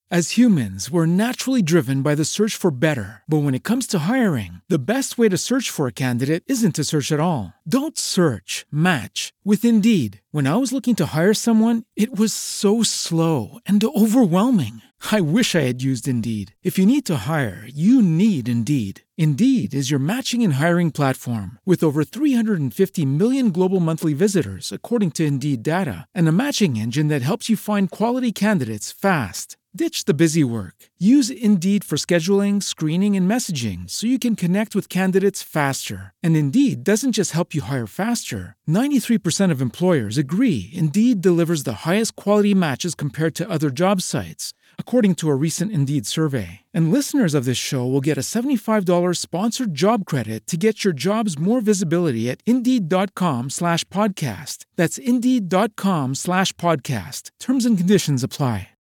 As humans, we're naturally driven by the search for better. But when it comes to hiring, the best way to search for a candidate isn't to search at all. Don't search, match with Indeed. When I was looking to hire someone, it was so slow and overwhelming. I wish I had used Indeed. If you need to hire, you need Indeed. Indeed is your matching and hiring platform with over 350 million global monthly visitors, according to Indeed data, and a matching engine that helps you find quality candidates fast. Ditch the busy work. Use Indeed for scheduling, screening, and messaging so you can connect with candidates faster. And Indeed doesn't just help you hire faster. 93% of employers agree Indeed delivers the highest quality matches compared to other job sites, according to a recent Indeed survey. And listeners of this show will get a $75 sponsored job credit to get your jobs more visibility at Indeed.com/podcast. That's Indeed.com/podcast. Terms and conditions apply.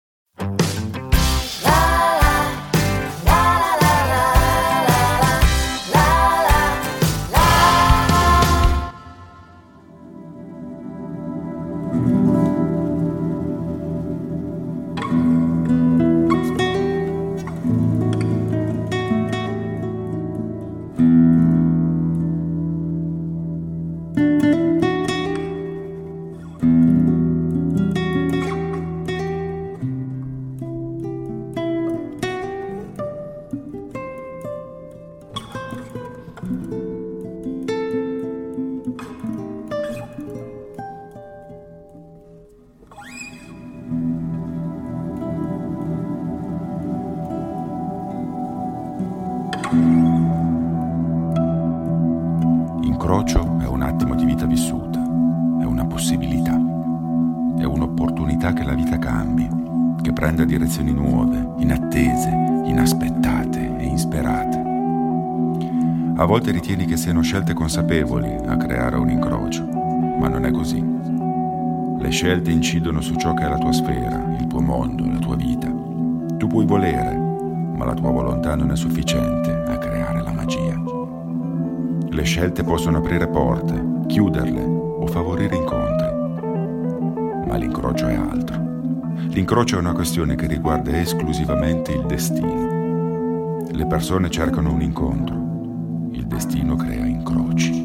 Incrocio è un attimo di vita vissuta, è una possibilità, è un'opportunità che la vita cambi, che prenda direzioni nuove, inattese, inaspettate e insperate. A volte ritieni che siano scelte consapevoli a creare un incrocio, ma non è così. Le scelte incidono su ciò che è la tua sfera, il tuo mondo, la tua vita. Tu puoi volere, ma la tua volontà non è sufficiente a creare la magia. Le scelte possono aprire porte, chiuderle o favorire incontri. Ma l'incrocio è altro. L'incrocio è una questione che riguarda esclusivamente il destino. Le persone cercano un incontro, il destino crea incroci.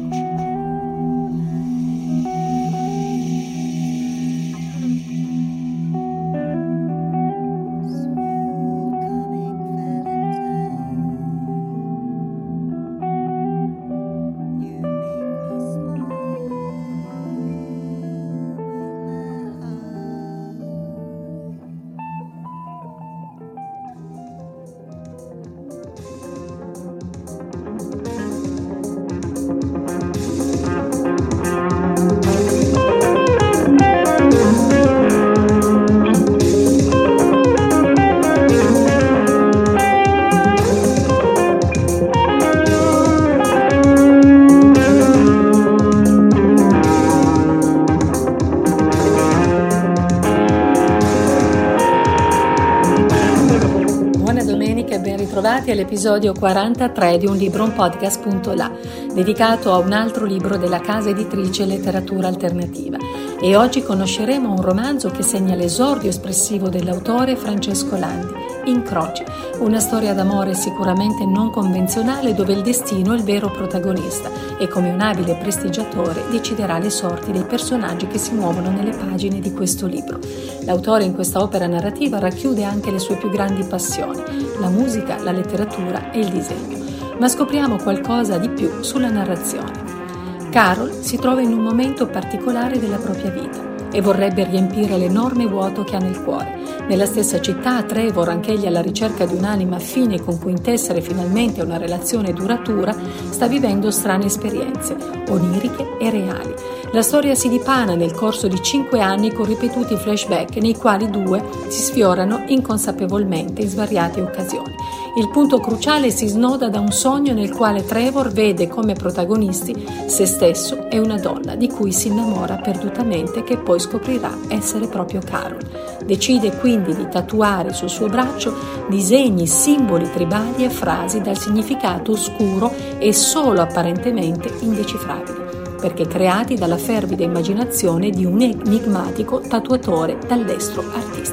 Ritrovati all'episodio 43 di Un libro, un podcast.la, dedicato a un altro libro della casa editrice Letteratura Alternativa. E oggi conosceremo un romanzo che segna l'esordio espressivo dell'autore Francesco Landi, Incroci, una storia d'amore sicuramente non convenzionale dove il destino è il vero protagonista e come un abile prestigiatore deciderà le sorti dei personaggi che si muovono nelle pagine di questo libro. L'autore in questa opera narrativa racchiude anche le sue più grandi passioni, la musica, la letteratura e il disegno. Ma scopriamo qualcosa di più sulla narrazione. Carol si trova in un momento particolare della propria vita e vorrebbe riempire l'enorme vuoto che ha nel cuore. Nella stessa città, Trevor, anch'egli alla ricerca di un'anima affine con cui intessere finalmente una relazione duratura, sta vivendo strane esperienze, oniriche e reali. La storia si dipana nel corso di 5 anni con ripetuti flashback nei quali due si sfiorano inconsapevolmente in svariate occasioni. Il punto cruciale si snoda da un sogno nel quale Trevor vede come protagonisti se stesso e una donna di cui si innamora perdutamente, che poi scoprirà essere proprio Carol. Decide quindi di tatuare sul suo braccio disegni, simboli tribali e frasi dal significato oscuro e solo apparentemente indecifrabile, perché creati dalla fervida immaginazione di un enigmatico tatuatore dall'estro artistico.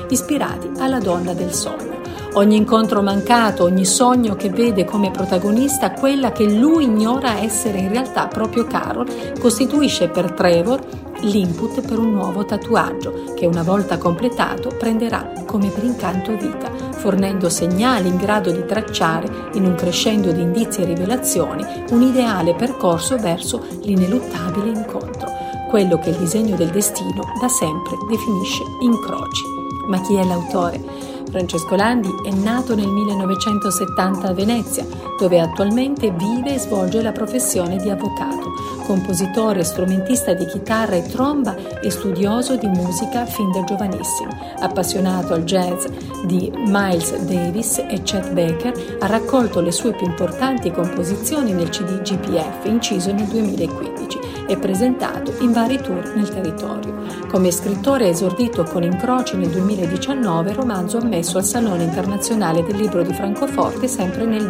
ispirati alla donna del sogno. Ogni incontro mancato, ogni sogno che vede come protagonista quella che lui ignora essere in realtà proprio Carol, costituisce per Trevor l'input per un nuovo tatuaggio che una volta completato prenderà come per incanto vita, fornendo segnali in grado di tracciare, in un crescendo di indizi e rivelazioni, un ideale percorso verso l'ineluttabile incontro, quello che il disegno del destino da sempre definisce incroci. Ma chi è l'autore? Francesco Landi è nato nel 1970 a Venezia, dove attualmente vive e svolge la professione di avvocato, compositore, strumentista di chitarra e tromba e studioso di musica fin da giovanissimo. Appassionato al jazz di Miles Davis e Chet Baker, ha raccolto le sue più importanti composizioni nel CD GPF, inciso nel 2015 e presentato in vari tour nel territorio. Come scrittore ha esordito con Incroci nel 2019, romanzo ammesso al Salone Internazionale del Libro di Francoforte sempre nel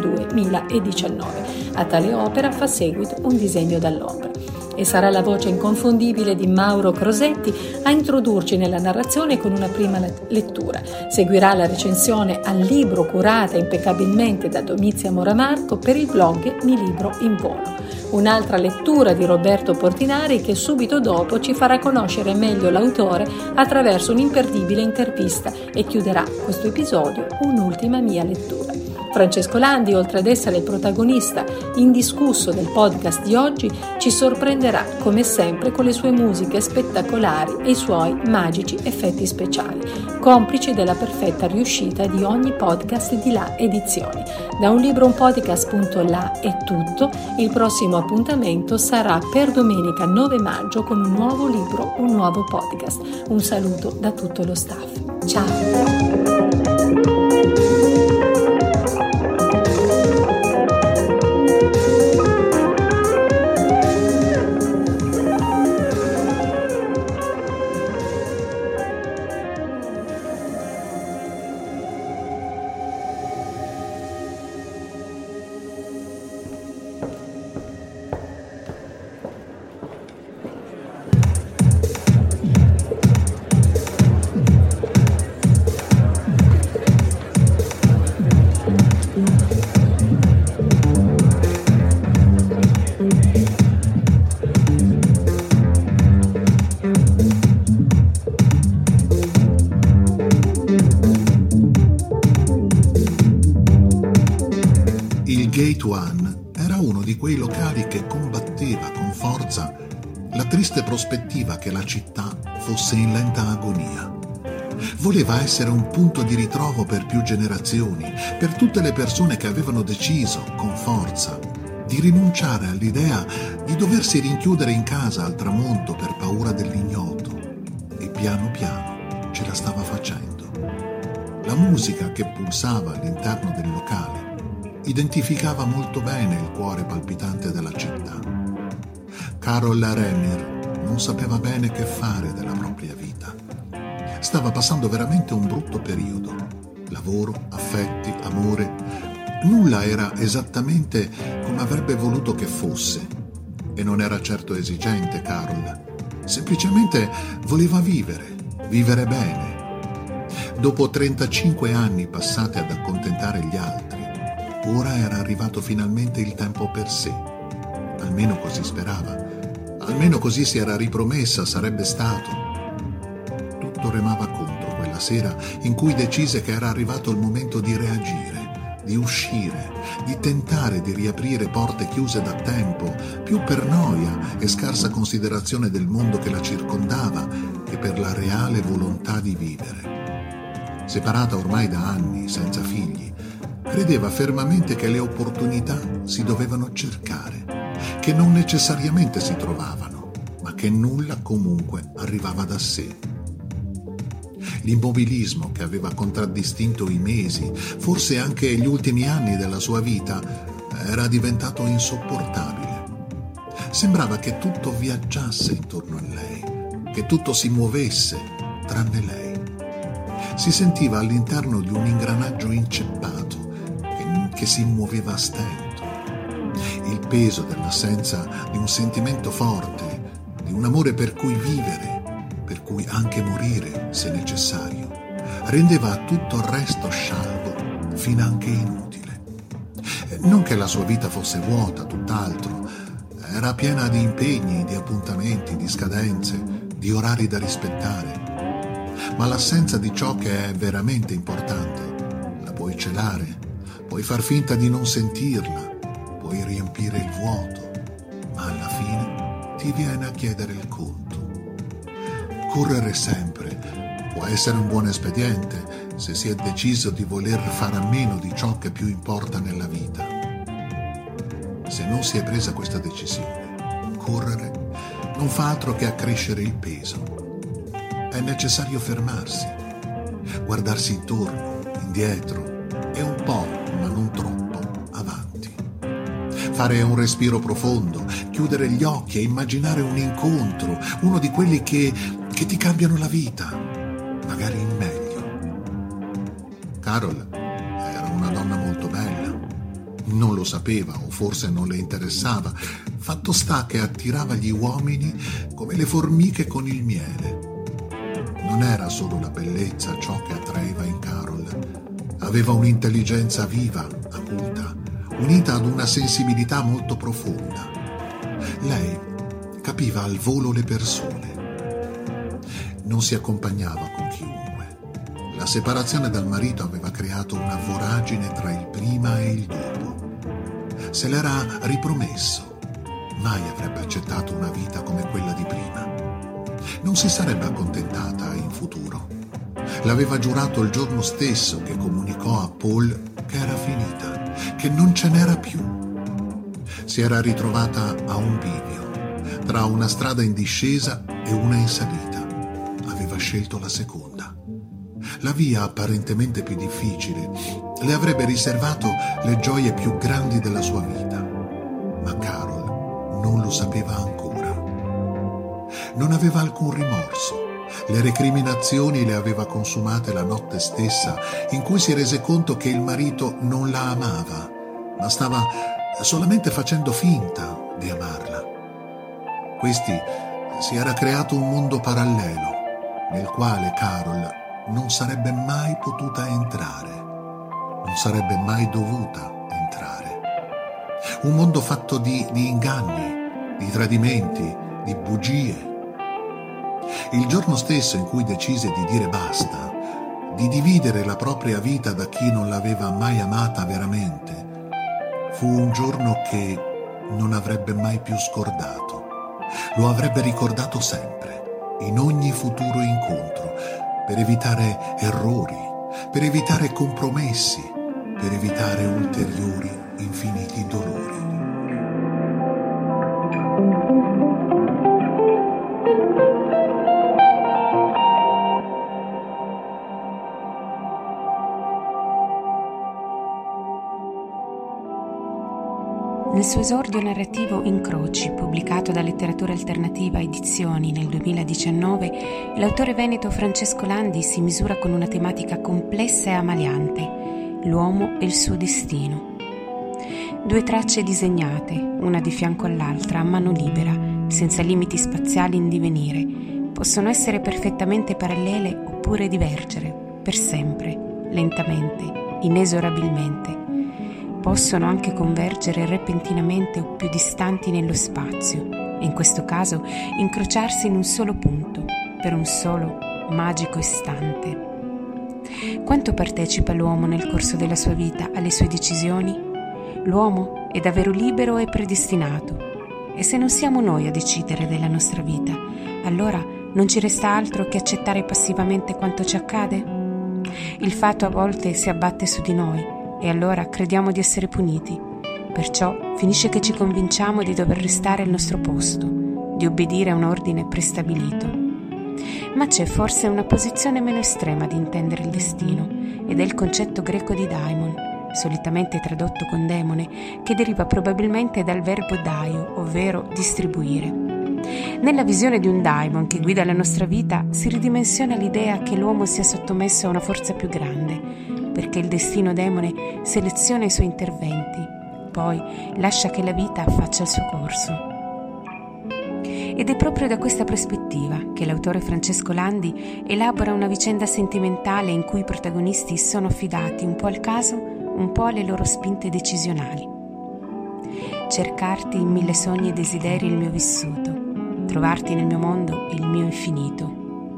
2019. A tale opera fa seguito Un disegno dall'ombra. E sarà la voce inconfondibile di Mauro Crosetti a introdurci nella narrazione con una prima lettura. Seguirà la recensione al libro curata impeccabilmente da Domizia Moramarco per il blog Mi Libro in Volo. Un'altra lettura di Roberto Portinari che subito dopo ci farà conoscere meglio l'autore attraverso un'imperdibile intervista e chiuderà questo episodio un'ultima mia lettura. Francesco Landi, oltre ad essere il protagonista indiscusso del podcast di oggi, ci sorprenderà come sempre con le sue musiche spettacolari e i suoi magici effetti speciali, complici della perfetta riuscita di ogni podcast di La Edizioni. Da unlibrounpodcast.la è tutto, il prossimo appuntamento sarà per domenica 9 maggio con un nuovo libro, un nuovo podcast. Un saluto da tutto lo staff. Ciao! Gate One era uno di quei locali che combatteva con forza la triste prospettiva che la città fosse in lenta agonia. Voleva essere un punto di ritrovo per più generazioni, per tutte le persone che avevano deciso, con forza, di rinunciare all'idea di doversi rinchiudere in casa al tramonto per paura dell'ignoto. E piano piano ce la stava facendo. La musica che pulsava all'interno del locale identificava molto bene il cuore palpitante della città. Carol Renner non sapeva bene che fare della propria vita. Stava passando veramente un brutto periodo. Lavoro, affetti, amore. Nulla era esattamente come avrebbe voluto che fosse. E non era certo esigente, Carol. Semplicemente voleva vivere bene. Dopo 35 anni passati ad accontentare gli altri, ora era arrivato finalmente il tempo per sé. Almeno così sperava. Almeno così si era ripromessa sarebbe stato. Tutto remava contro quella sera in cui decise che era arrivato il momento di reagire, di uscire, di tentare di riaprire porte chiuse da tempo, più per noia e scarsa considerazione del mondo che la circondava che per la reale volontà di vivere. Separata ormai da anni, senza figli, credeva fermamente che le opportunità si dovevano cercare, che non necessariamente si trovavano, ma che nulla comunque arrivava da sé. L'immobilismo che aveva contraddistinto i mesi, forse anche gli ultimi anni della sua vita, era diventato insopportabile. Sembrava che tutto viaggiasse intorno a lei, che tutto si muovesse tranne lei. Si sentiva all'interno di un ingranaggio inceppato che si muoveva a stento. Il peso dell'assenza di un sentimento forte, di un amore per cui vivere, per cui anche morire se necessario, rendeva tutto il resto scialbo, finanche inutile. Non che la sua vita fosse vuota, tutt'altro. Era piena di impegni, di appuntamenti, di scadenze, di orari da rispettare. Ma l'assenza di ciò che è veramente importante la puoi celare, puoi far finta di non sentirla, puoi riempire il vuoto, ma alla fine ti viene a chiedere il conto. Correre sempre può essere un buon espediente se si è deciso di voler fare a meno di ciò che più importa nella vita. Se non si è presa questa decisione, correre non fa altro che accrescere il peso. È necessario fermarsi, guardarsi intorno, indietro e un po', ma non troppo, avanti. Fare un respiro profondo, chiudere gli occhi e immaginare un incontro, uno di quelli che ti cambiano la vita, magari in meglio. Carol era una donna molto bella. Non lo sapeva o forse non le interessava. Fatto sta che attirava gli uomini come le formiche con il miele. Non era solo la bellezza ciò che attraeva in Carol. Aveva un'intelligenza viva, acuta, unita ad una sensibilità molto profonda. Lei capiva al volo le persone. Non si accompagnava con chiunque. La separazione dal marito aveva creato una voragine tra il prima e il dopo. Se l'era ripromesso. Mai avrebbe accettato una vita come quella di prima. Non si sarebbe accontentata in futuro. L'aveva giurato il giorno stesso che comunicò a Paul che era finita, che non ce n'era più. Si era ritrovata a un bivio, tra una strada in discesa e una in salita. Aveva scelto la seconda. La via apparentemente più difficile le avrebbe riservato le gioie più grandi della sua vita. Ma Carol non lo sapeva ancora. Non aveva alcun rimorso. Le recriminazioni le aveva consumate la notte stessa in cui si rese conto che il marito non la amava, ma stava solamente facendo finta di amarla. Questi si era creato un mondo parallelo nel quale Carol non sarebbe mai potuta entrare, non sarebbe mai dovuta entrare. Un mondo fatto di inganni, di tradimenti, di bugie. Il giorno stesso in cui decise di dire basta, di dividere la propria vita da chi non l'aveva mai amata veramente, fu un giorno che non avrebbe mai più scordato. Lo avrebbe ricordato sempre, in ogni futuro incontro, per evitare errori, per evitare compromessi, per evitare ulteriori infiniti dolori. Nel suo esordio narrativo Incroci, pubblicato da Letteratura Alternativa Edizioni nel 2019, l'autore veneto Francesco Landi si misura con una tematica complessa e amaliante, l'uomo e il suo destino. 2 tracce disegnate, una di fianco all'altra, a mano libera, senza limiti spaziali in divenire, possono essere perfettamente parallele oppure divergere, per sempre, lentamente, inesorabilmente. Possono anche convergere repentinamente o più distanti nello spazio e in questo caso incrociarsi in un solo punto, per un solo magico istante. Quanto partecipa l'uomo nel corso della sua vita alle sue decisioni? L'uomo è davvero libero e predestinato. E se non siamo noi a decidere della nostra vita, allora non ci resta altro che accettare passivamente quanto ci accade? Il fato a volte si abbatte su di noi e allora crediamo di essere puniti. Perciò finisce che ci convinciamo di dover restare al nostro posto, di obbedire a un ordine prestabilito. Ma c'è forse una posizione meno estrema di intendere il destino, ed è il concetto greco di daimon, solitamente tradotto con demone, che deriva probabilmente dal verbo daio, ovvero distribuire. Nella visione di un daimon che guida la nostra vita si ridimensiona l'idea che l'uomo sia sottomesso a una forza più grande, perché il destino demone seleziona i suoi interventi, poi lascia che la vita faccia il suo corso. Ed è proprio da questa prospettiva che l'autore Francesco Landi elabora una vicenda sentimentale in cui i protagonisti sono affidati un po' al caso, un po' alle loro spinte decisionali. Cercarti in 1000 sogni e desideri il mio vissuto, trovarti nel mio mondo il mio infinito.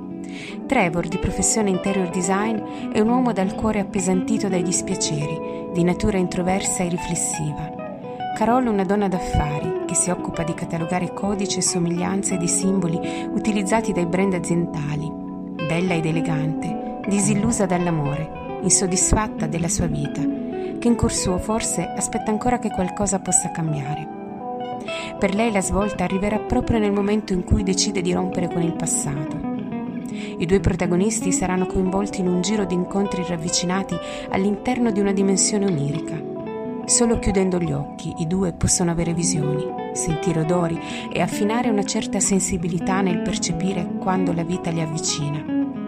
Trevor, di professione interior design, è un uomo dal cuore appesantito dai dispiaceri, di natura introversa e riflessiva. Carol è una donna d'affari che si occupa di catalogare codici e somiglianze di simboli utilizzati dai brand aziendali. Bella ed elegante, disillusa dall'amore, insoddisfatta della sua vita, che in cuor suo forse aspetta ancora che qualcosa possa cambiare. Per lei la svolta arriverà proprio nel momento in cui decide di rompere con il passato. I due protagonisti saranno coinvolti in un giro di incontri ravvicinati all'interno di una dimensione onirica. Solo chiudendo gli occhi i due possono avere visioni, sentire odori e affinare una certa sensibilità nel percepire quando la vita li avvicina.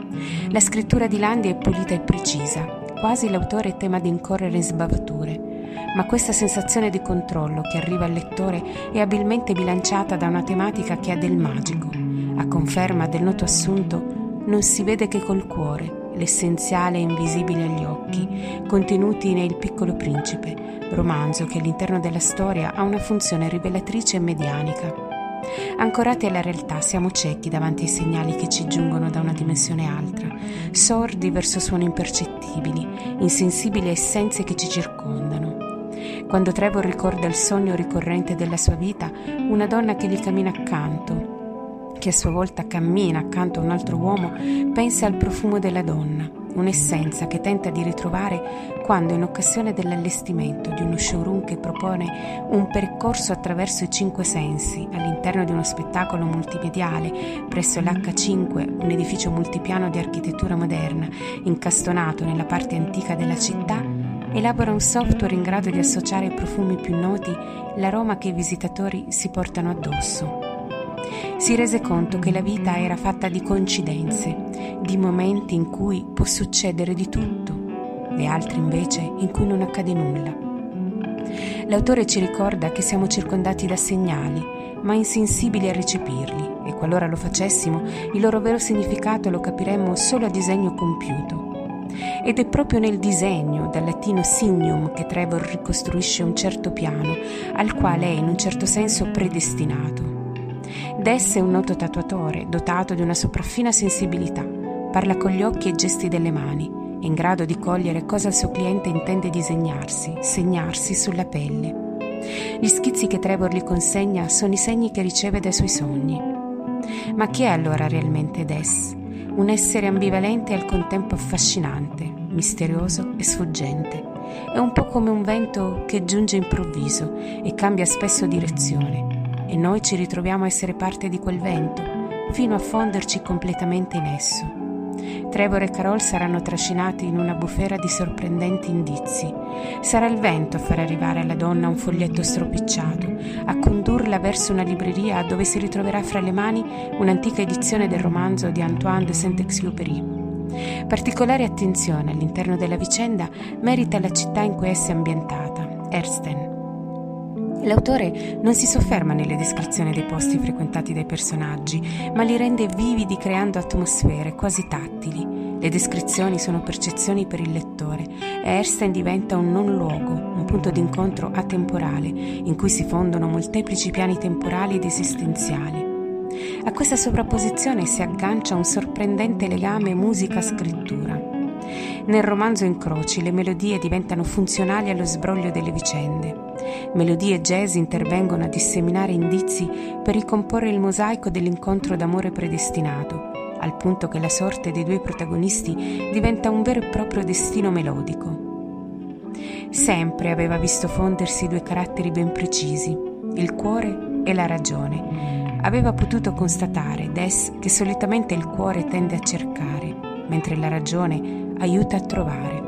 La scrittura di Landi è pulita e precisa, quasi l'autore tema di incorrere in sbavature, ma questa sensazione di controllo che arriva al lettore è abilmente bilanciata da una tematica che ha del magico. A conferma del noto assunto, non si vede che col cuore, l'essenziale e invisibile agli occhi, contenuti nel Piccolo Principe, romanzo che all'interno della storia ha una funzione rivelatrice e medianica. Ancorati alla realtà siamo ciechi davanti ai segnali che ci giungono da una dimensione altra, sordi verso suoni impercettibili, insensibili a essenze che ci circondano. Quando Trevor ricorda il sogno ricorrente della sua vita, una donna che gli cammina accanto, che a sua volta cammina accanto a un altro uomo, pensa al profumo della donna, un'essenza che tenta di ritrovare quando, in occasione dell'allestimento di uno showroom che propone un percorso attraverso i 5 sensi all'interno di uno spettacolo multimediale presso l'H5, un edificio multipiano di architettura moderna incastonato nella parte antica della città, elabora un software in grado di associare ai profumi più noti l'aroma che i visitatori si portano addosso. Si rese conto che la vita era fatta di coincidenze, di momenti in cui può succedere di tutto, e altri invece in cui non accade nulla. L'autore ci ricorda che siamo circondati da segnali, ma insensibili a recepirli, e qualora lo facessimo, il loro vero significato lo capiremmo solo a disegno compiuto. Ed è proprio nel disegno, dal latino signum, che Trevor ricostruisce un certo piano, al quale è in un certo senso predestinato. Dess è un noto tatuatore, dotato di una sopraffina sensibilità, parla con gli occhi e gesti delle mani, è in grado di cogliere cosa il suo cliente intende disegnarsi, segnarsi sulla pelle. Gli schizzi che Trevor gli consegna sono i segni che riceve dai suoi sogni. Ma chi è allora realmente Dess? Un essere ambivalente e al contempo affascinante, misterioso e sfuggente. È un po' come un vento che giunge improvviso e cambia spesso direzione. E noi ci ritroviamo a essere parte di quel vento, fino a fonderci completamente in esso. Trevor e Carol saranno trascinati in una bufera di sorprendenti indizi. Sarà il vento a far arrivare alla donna un foglietto stropicciato, a condurla verso una libreria dove si ritroverà fra le mani un'antica edizione del romanzo di Antoine de Saint-Exupéry. Particolare attenzione all'interno della vicenda merita la città in cui essa è ambientata, Ersten. L'autore non si sofferma nelle descrizioni dei posti frequentati dai personaggi, ma li rende vividi creando atmosfere quasi tattili. Le descrizioni sono percezioni per il lettore e Ersten diventa un non luogo, un punto d'incontro atemporale in cui si fondono molteplici piani temporali ed esistenziali. A questa sovrapposizione si aggancia un sorprendente legame musica-scrittura. Nel romanzo Incroci le melodie diventano funzionali allo sbroglio delle vicende. Melodie e jazz intervengono a disseminare indizi per ricomporre il mosaico dell'incontro d'amore predestinato, al punto che la sorte dei due protagonisti diventa un vero e proprio destino melodico. Sempre aveva visto fondersi due caratteri ben precisi, il cuore e la ragione. Aveva potuto constatare, Dess, che solitamente il cuore tende a cercare, mentre la ragione aiuta a trovare.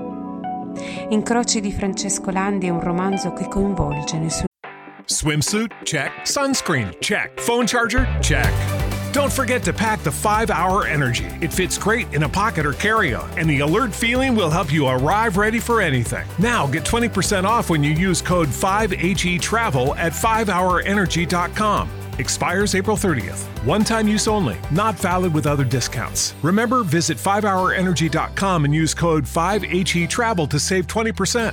Incroci di Francesco Landi è un romanzo che coinvolge nel suo... Swimsuit? Check. Sunscreen? Check. Phone charger? Check. Don't forget to pack the 5-Hour Energy. It fits great in a pocket or carry-on, and the alert feeling will help you arrive ready for anything. Now get 20% off when you use code 5HETRAVEL at 5hourenergy.com. Expires April 30th. One-time use only. Not valid with other discounts. Remember, visit 5hourenergy.com and use code 5HETRAVEL to save 20%.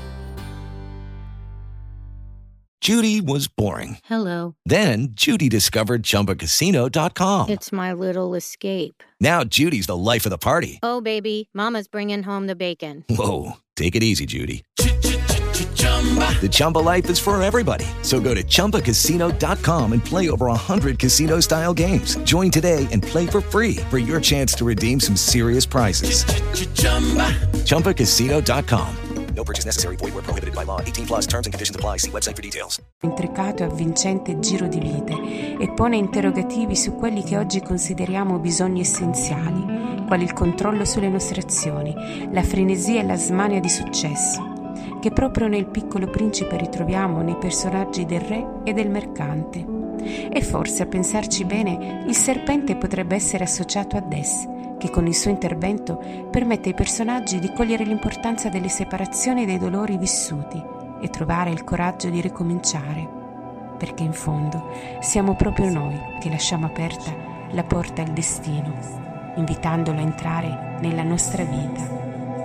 Judy was boring. Hello. Then Judy discovered ChumbaCasino.com. It's my little escape. Now Judy's the life of the party. Oh, baby, mama's bringing home the bacon. Whoa, take it easy, Judy. The Chumba life is for everybody. So go to ChumbaCasino.com and play over 100 casino-style games. Join today and play for free for your chance to redeem some serious prizes. ChumbaCasino.com. No purchase necessary. Void where prohibited by law. 18 plus terms and conditions apply. See website for details. Intricato e avvincente giro di vite e pone interrogativi su quelli che oggi consideriamo bisogni essenziali, quali il controllo sulle nostre azioni, la frenesia e la smania di successo, che proprio nel Piccolo Principe ritroviamo nei personaggi del re e del mercante. E forse, a pensarci bene, il serpente potrebbe essere associato a Des, che con il suo intervento permette ai personaggi di cogliere l'importanza delle separazioni e dei dolori vissuti e trovare il coraggio di ricominciare, perché in fondo siamo proprio noi che lasciamo aperta la porta al destino, invitandolo a entrare nella nostra vita.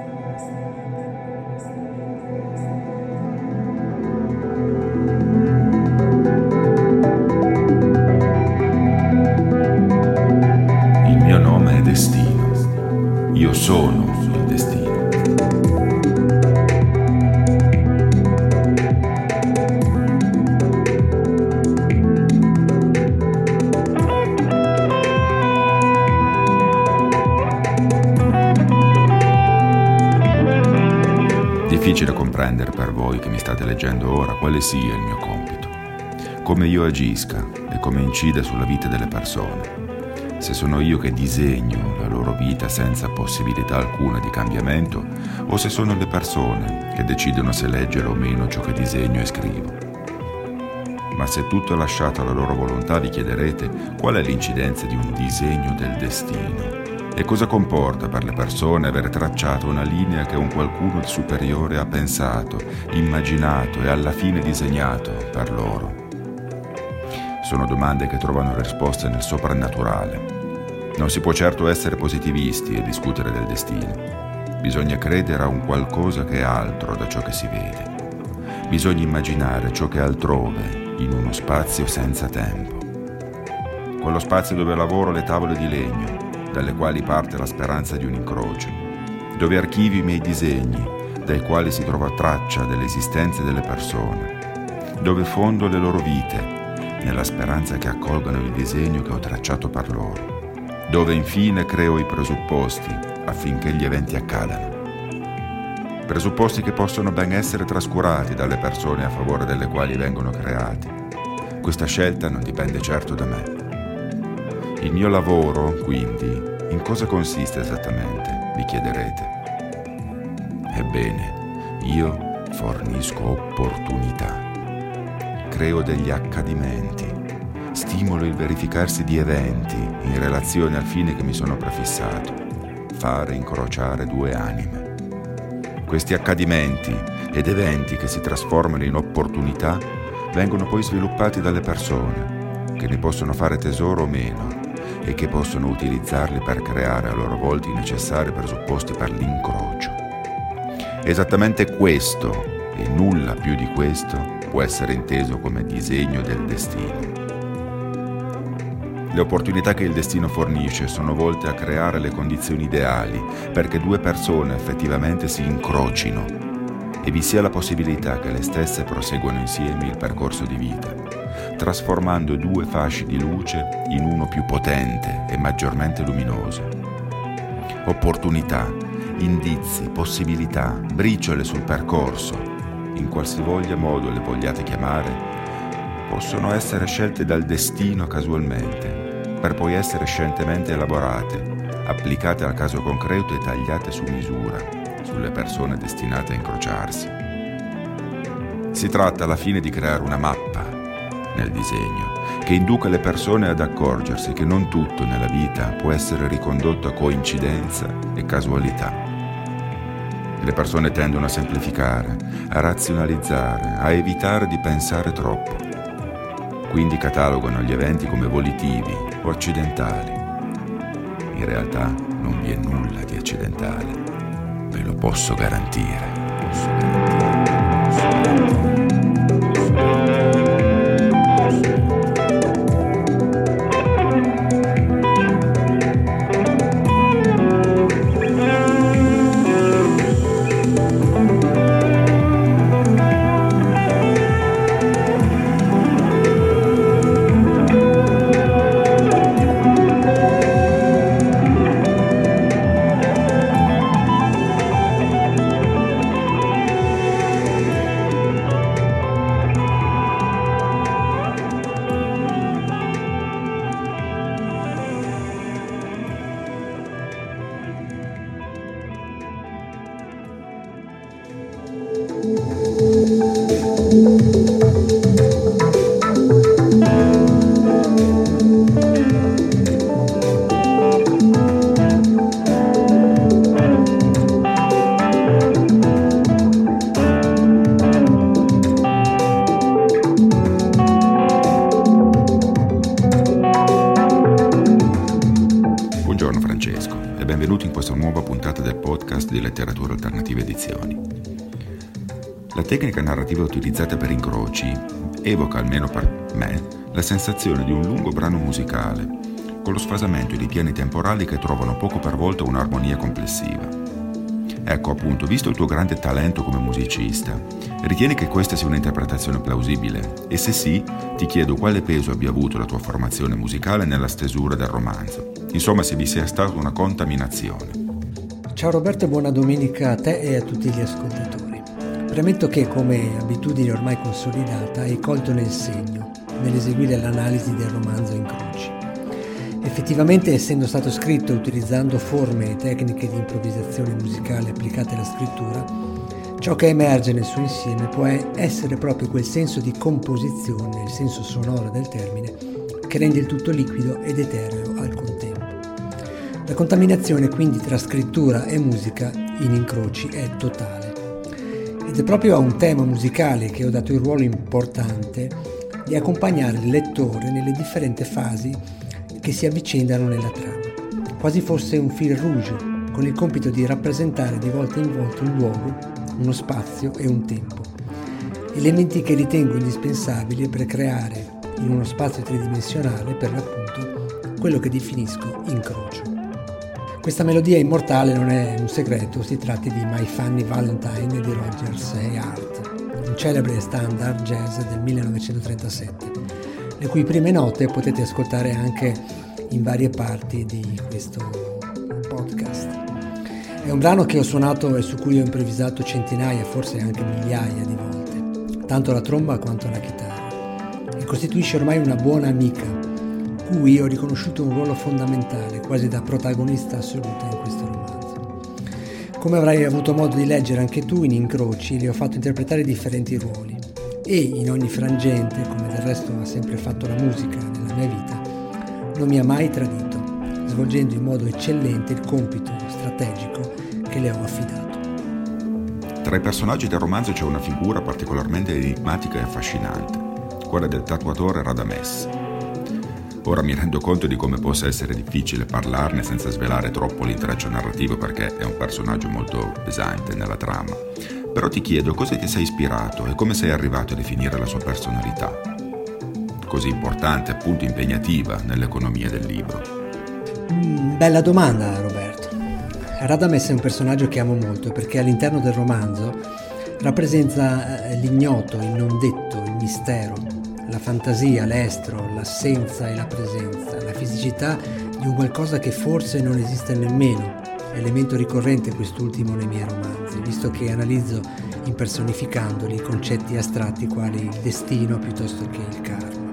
Destino. Io sono il destino. Difficile comprendere per voi che mi state leggendo ora quale sia il mio compito, come io agisca e come incida sulla vita delle persone. Se sono io che disegno la loro vita senza possibilità alcuna di cambiamento, o se sono le persone che decidono se leggere o meno ciò che disegno e scrivo. Ma se tutto è lasciato alla loro volontà, vi chiederete qual è l'incidenza di un disegno del destino e cosa comporta per le persone aver tracciato una linea che un qualcuno di superiore ha pensato, immaginato e alla fine disegnato per loro. Sono domande che trovano risposte nel soprannaturale. Non si può certo essere positivisti e discutere del destino. Bisogna credere a un qualcosa che è altro da ciò che si vede. Bisogna immaginare ciò che è altrove, in uno spazio senza tempo. Quello spazio dove lavoro le tavole di legno, dalle quali parte la speranza di un incrocio, dove archivio i miei disegni, dai quali si trova traccia dell'esistenza delle persone, dove fondo le loro vite, nella speranza che accolgano il disegno che ho tracciato per loro, dove infine creo i presupposti affinché gli eventi accadano. Presupposti che possono ben essere trascurati dalle persone a favore delle quali vengono creati. Questa scelta non dipende certo da me. Il mio lavoro, quindi, in cosa consiste esattamente, vi chiederete. Ebbene, io fornisco opportunità. Creo degli accadimenti, stimolo il verificarsi di eventi in relazione al fine che mi sono prefissato, fare incrociare due anime. Questi accadimenti ed eventi che si trasformano in opportunità vengono poi sviluppati dalle persone, che ne possono fare tesoro o meno e che possono utilizzarli per creare a loro volta i necessari presupposti per l'incrocio. Esattamente questo, e nulla più di questo, può essere inteso come disegno del destino. Le opportunità che il destino fornisce sono volte a creare le condizioni ideali perché due persone effettivamente si incrocino e vi sia la possibilità che le stesse proseguano insieme il percorso di vita, trasformando due fasci di luce in uno più potente e maggiormente luminoso. Opportunità, indizi, possibilità, briciole sul percorso, in qualsivoglia modo le vogliate chiamare, possono essere scelte dal destino casualmente, per poi essere scientemente elaborate, applicate al caso concreto e tagliate su misura, sulle persone destinate a incrociarsi. Si tratta alla fine di creare una mappa, nel disegno, che induca le persone ad accorgersi che non tutto nella vita può essere ricondotto a coincidenza e casualità. Le persone tendono a semplificare, a razionalizzare, a evitare di pensare troppo. quindi catalogano gli eventi come volitivi o accidentali. In realtà non vi è nulla di accidentale, ve lo posso garantire. Di Letteratura Alternativa Edizioni. La tecnica narrativa utilizzata per incroci evoca, almeno per me, la sensazione di un lungo brano musicale, con lo sfasamento di piani temporali che trovano poco per volta un'armonia complessiva. Ecco appunto, visto il tuo grande talento come musicista, ritieni che questa sia un'interpretazione plausibile? E se sì, ti chiedo quale peso abbia avuto la tua formazione musicale nella stesura del romanzo. Insomma, se vi sia stata una contaminazione. Ciao Roberto e buona domenica a te e a tutti gli ascoltatori. Premetto che, come abitudine ormai consolidata, hai colto nel segno nell'eseguire l'analisi del romanzo Incroci. Effettivamente, essendo stato scritto utilizzando forme e tecniche di improvvisazione musicale applicate alla scrittura, ciò che emerge nel suo insieme può essere proprio quel senso di composizione, il senso sonoro del termine, che rende il tutto liquido ed etereo al contempo. La contaminazione quindi tra scrittura e musica in Incroci è totale. Ed è proprio a un tema musicale che ho dato il ruolo importante di accompagnare il lettore nelle differenti fasi che si avvicendano nella trama, quasi fosse un fil rouge, con il compito di rappresentare di volta in volta un luogo, uno spazio e un tempo, elementi che ritengo indispensabili per creare in uno spazio tridimensionale, per l'appunto, quello che definisco incrocio. Questa melodia immortale non è un segreto, si tratti di My Funny Valentine di Rodgers e Hart, un celebre standard jazz del 1937, le cui prime note potete ascoltare anche in varie parti di questo podcast. È un brano che ho suonato e su cui ho improvvisato centinaia, forse anche migliaia di volte, tanto la tromba quanto la chitarra, e costituisce ormai una buona amica, cui ho riconosciuto un ruolo fondamentale, quasi da protagonista assoluta in questo romanzo. Come avrai avuto modo di leggere anche tu, in Incroci le ho fatto interpretare differenti ruoli e in ogni frangente, come del resto ha sempre fatto la musica nella mia vita, non mi ha mai tradito, svolgendo in modo eccellente il compito strategico che le ho affidato. Tra i personaggi del romanzo c'è una figura particolarmente enigmatica e affascinante, quella del tatuatore Radames. Ora mi rendo conto di come possa essere difficile parlarne senza svelare troppo l'intreccio narrativo, perché è un personaggio molto pesante nella trama. Però ti chiedo cosa ti sei ispirato e come sei arrivato a definire la sua personalità, così importante, appunto impegnativa nell'economia del libro. Bella domanda, Roberto. Radames è un personaggio che amo molto perché all'interno del romanzo rappresenta l'ignoto, il non detto, il mistero, la fantasia, l'estro, l'assenza e la presenza, la fisicità di un qualcosa che forse non esiste nemmeno, elemento ricorrente quest'ultimo nei miei romanzi, visto che analizzo impersonificandoli concetti astratti quali il destino piuttosto che il karma.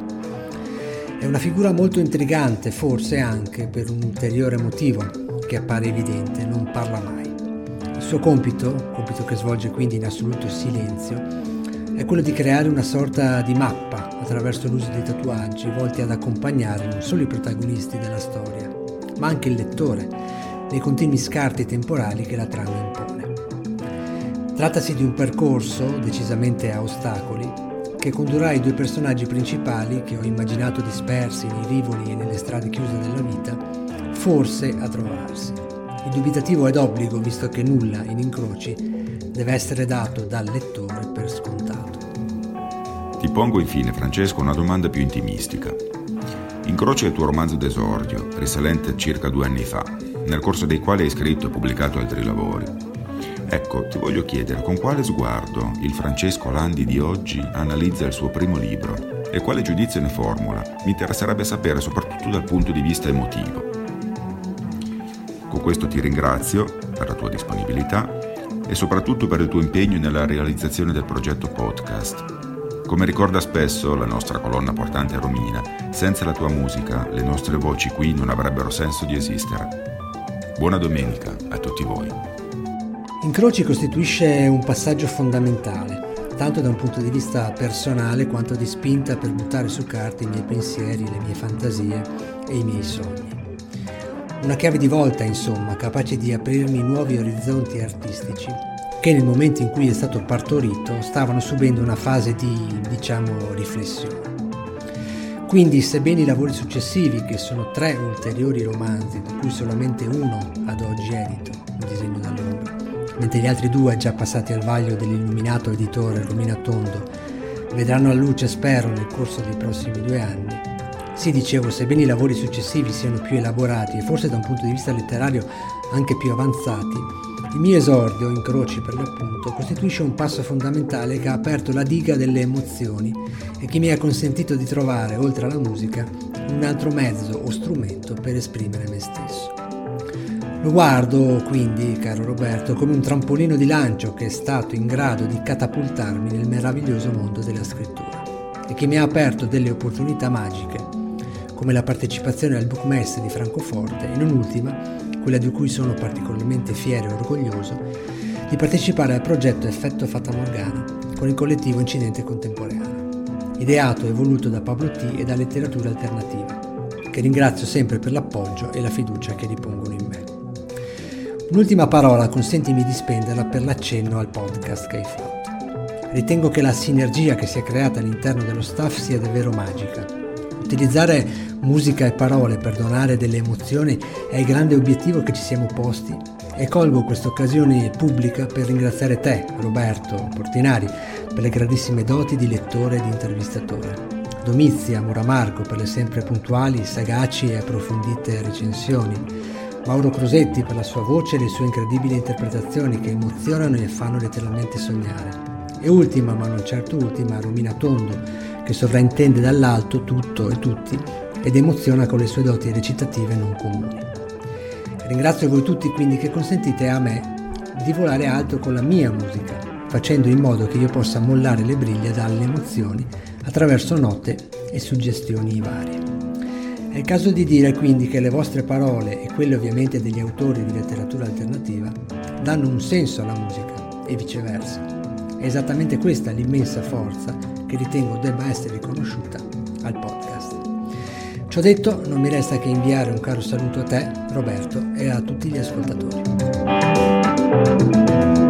È una figura molto intrigante, forse anche per un ulteriore motivo che appare evidente: non parla mai. Il suo compito che svolge quindi in assoluto silenzio, è quello di creare una sorta di mappa attraverso l'uso di tatuaggi volti ad accompagnare non solo i protagonisti della storia, ma anche il lettore nei continui scarti temporali che la trama impone. Trattasi di un percorso decisamente a ostacoli che condurrà i due personaggi principali, che ho immaginato dispersi nei rivoli e nelle strade chiuse della vita, forse a trovarsi. Il dubitativo è d'obbligo, visto che nulla in Incroci deve essere dato dal lettore per scontato. Ti pongo infine, Francesco, una domanda più intimistica. Incroci è il tuo romanzo d'esordio, risalente a circa 2 anni fa, nel corso dei quali hai scritto e pubblicato altri lavori. Ecco, ti voglio chiedere con quale sguardo il Francesco Landi di oggi analizza il suo primo libro e quale giudizio ne formula. Mi interesserebbe sapere, soprattutto dal punto di vista emotivo. Con questo ti ringrazio per la tua disponibilità e soprattutto per il tuo impegno nella realizzazione del progetto podcast. Come ricorda spesso la nostra colonna portante Romina, senza la tua musica le nostre voci qui non avrebbero senso di esistere. Buona domenica a tutti voi. Incroci costituisce un passaggio fondamentale, tanto da un punto di vista personale quanto di spinta per buttare su carta i miei pensieri, le mie fantasie e i miei sogni. Una chiave di volta, insomma, capace di aprirmi nuovi orizzonti artistici che nel momento in cui è stato partorito stavano subendo una fase di, riflessione. Quindi, sebbene i lavori successivi, che sono 3 ulteriori romanzi, di cui solamente uno ad oggi edito, Un disegno dall'ombra, mentre gli altri 2 già passati al vaglio dell'illuminato editore Romina Tondo vedranno la luce, spero, nel corso dei prossimi 2 anni. Sì, dicevo, sebbene i lavori successivi siano più elaborati e forse da un punto di vista letterario anche più avanzati, il mio esordio, Incroci per l'appunto, costituisce un passo fondamentale che ha aperto la diga delle emozioni e che mi ha consentito di trovare, oltre alla musica, un altro mezzo o strumento per esprimere me stesso. Lo guardo quindi, caro Roberto, come un trampolino di lancio che è stato in grado di catapultarmi nel meraviglioso mondo della scrittura e che mi ha aperto delle opportunità magiche, come la partecipazione al Bookmesse di Francoforte e non ultima, quella di cui sono particolarmente fiero e orgoglioso, di partecipare al progetto Effetto Fata Morgana con il collettivo Incidente Contemporaneo, ideato e voluto da Pablo T e da Letteratura Alternativa, che ringrazio sempre per l'appoggio e la fiducia che ripongono in me. Un'ultima parola, consentimi di spenderla per l'accenno al podcast che hai fatto. Ritengo che la sinergia che si è creata all'interno dello staff sia davvero magica. Utilizzare musica e parole per donare delle emozioni è il grande obiettivo che ci siamo posti e colgo questa occasione pubblica per ringraziare te, Roberto Portinari, per le grandissime doti di lettore e di intervistatore, Domizia Muramarco per le sempre puntuali, sagaci e approfondite recensioni, Mauro Crosetti per la sua voce e le sue incredibili interpretazioni che emozionano e fanno letteralmente sognare, e ultima ma non certo ultima, Romina Tondo, che sovraintende dall'alto tutto e tutti ed emoziona con le sue doti recitative non comuni. Ringrazio voi tutti quindi che consentite a me di volare alto con la mia musica, facendo in modo che io possa mollare le briglie dalle emozioni attraverso note e suggestioni varie. È il caso di dire quindi che le vostre parole e quelle ovviamente degli autori di letteratura alternativa danno un senso alla musica e viceversa. È esattamente questa l'immensa forza che ritengo debba essere riconosciuta al podcast. Ciò detto, non mi resta che inviare un caro saluto a te, Roberto, e a tutti gli ascoltatori.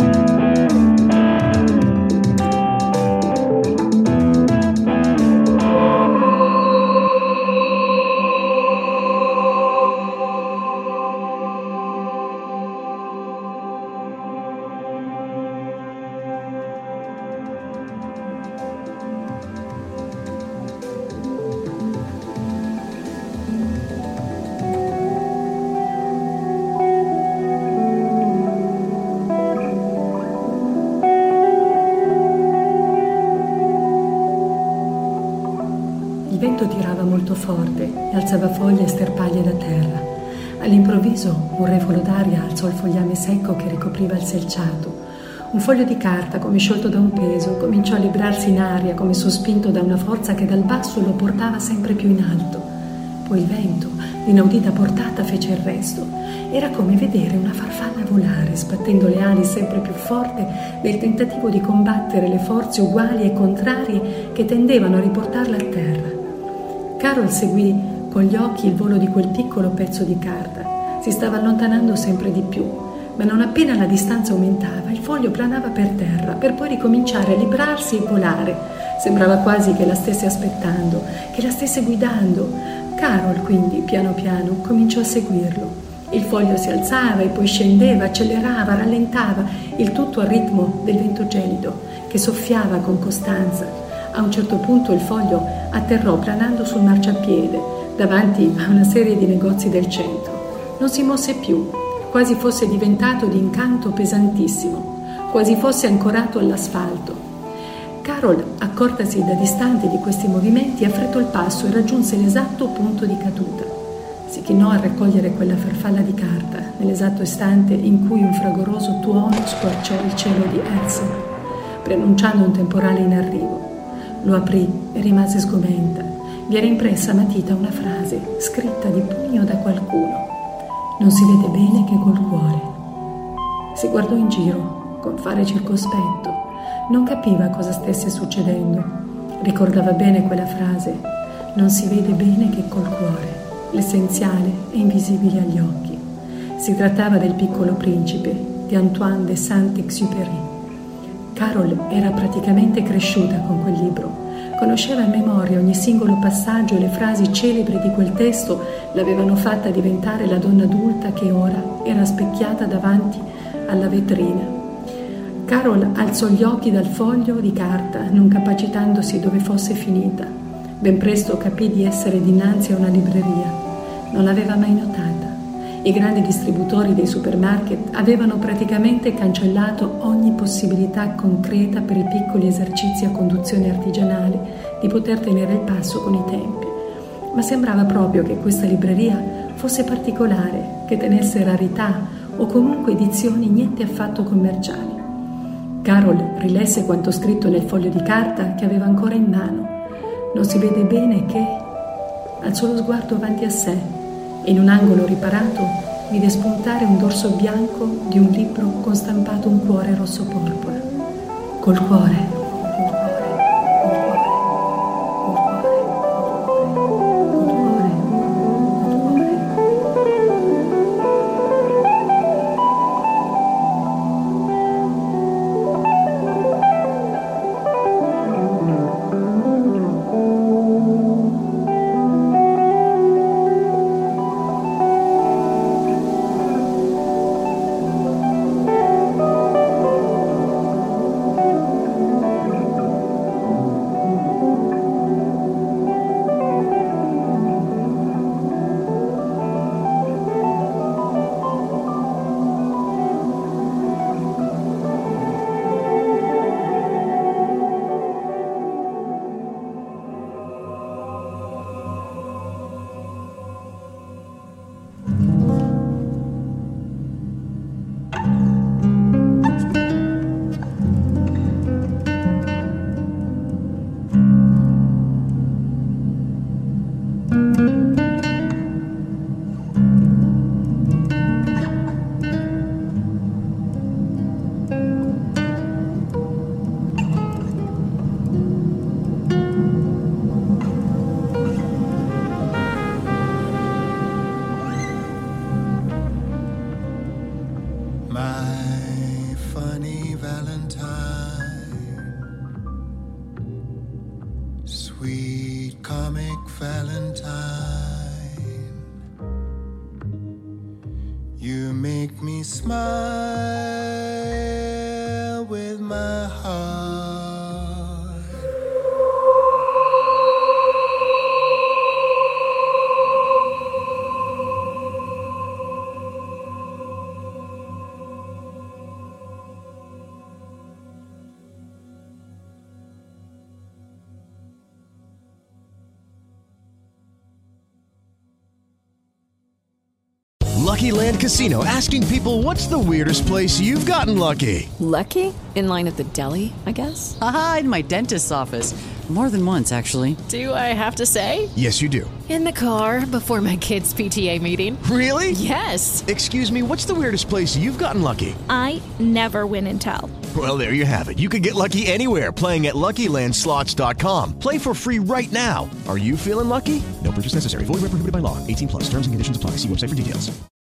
Il vento tirava molto forte e alzava foglie e sterpaglie da terra. All'improvviso un revolo d'aria alzò il fogliame secco che ricopriva il selciato. Un foglio di carta, come sciolto da un peso, cominciò a librarsi in aria come sospinto da una forza che dal basso lo portava sempre più in alto. Poi il vento, di inaudita portata, fece il resto. Era come vedere una farfalla volare, sbattendo le ali sempre più forte nel tentativo di combattere le forze uguali e contrarie che tendevano a riportarla a terra. Carol seguì con gli occhi il volo di quel piccolo pezzo di carta. Si stava allontanando sempre di più, ma non appena la distanza aumentava, il foglio planava per terra, per poi ricominciare a librarsi e volare, Sembrava quasi che la stesse aspettando, che la stesse guidando. Carol, quindi, piano piano, cominciò a seguirlo. Il foglio si alzava e poi scendeva, accelerava, rallentava, il tutto al ritmo del vento gelido che soffiava con costanza. A un certo punto il foglio atterrò planando sul marciapiede davanti a una serie di negozi del centro. Non si mosse più, quasi fosse diventato di incanto pesantissimo, quasi fosse ancorato all'asfalto. Carol, accortasi da distante di questi movimenti, affrettò il passo e raggiunse l'esatto punto di caduta. Si chinò a raccogliere quella farfalla di carta nell'esatto istante in cui un fragoroso tuono squarciò il cielo di Elsinore, preannunciando un temporale in arrivo. Lo aprì e rimase sgomenta. Vi era impressa a matita una frase, scritta di pugno da qualcuno. Non si vede bene che col cuore. Si guardò in giro, con fare circospetto. Non capiva cosa stesse succedendo. Ricordava bene quella frase. Non si vede bene che col cuore, l'essenziale e invisibile agli occhi. Si trattava del Piccolo Principe di Antoine de Saint-Exupéry. Carol era praticamente cresciuta con quel libro. Conosceva a memoria ogni singolo passaggio e le frasi celebri di quel testo l'avevano fatta diventare la donna adulta che ora era specchiata davanti alla vetrina. Carol alzò gli occhi dal foglio di carta, non capacitandosi dove fosse finita. Ben presto capì di essere dinanzi a una libreria. Non l'aveva mai notata. I grandi distributori dei supermarket avevano praticamente cancellato ogni possibilità concreta per i piccoli esercizi a conduzione artigianale di poter tenere il passo con i tempi. Ma sembrava proprio che questa libreria fosse particolare, che tenesse rarità o comunque edizioni niente affatto commerciali. Carol rilesse quanto scritto nel foglio di carta che aveva ancora in mano. Non si vede bene che... Alzò lo sguardo avanti a sé e in un angolo riparato vide spuntare un dorso bianco di un libro con stampato un cuore rosso porpora. Col cuore. Lucky Land Casino, asking people, what's the weirdest place you've gotten lucky? Lucky? In line at the deli, I guess? Aha, in my dentist's office. More than once, actually. Do I have to say? Yes, you do. In the car before my kids' PTA meeting. Really? Yes. Excuse me, what's the weirdest place you've gotten lucky? I never win and tell. Well, there you have it. You can get lucky anywhere, playing at LuckyLandSlots.com. Play for free right now. Are you feeling lucky? No purchase necessary. Void where prohibited by law. 18+. Terms and conditions apply. See website for details.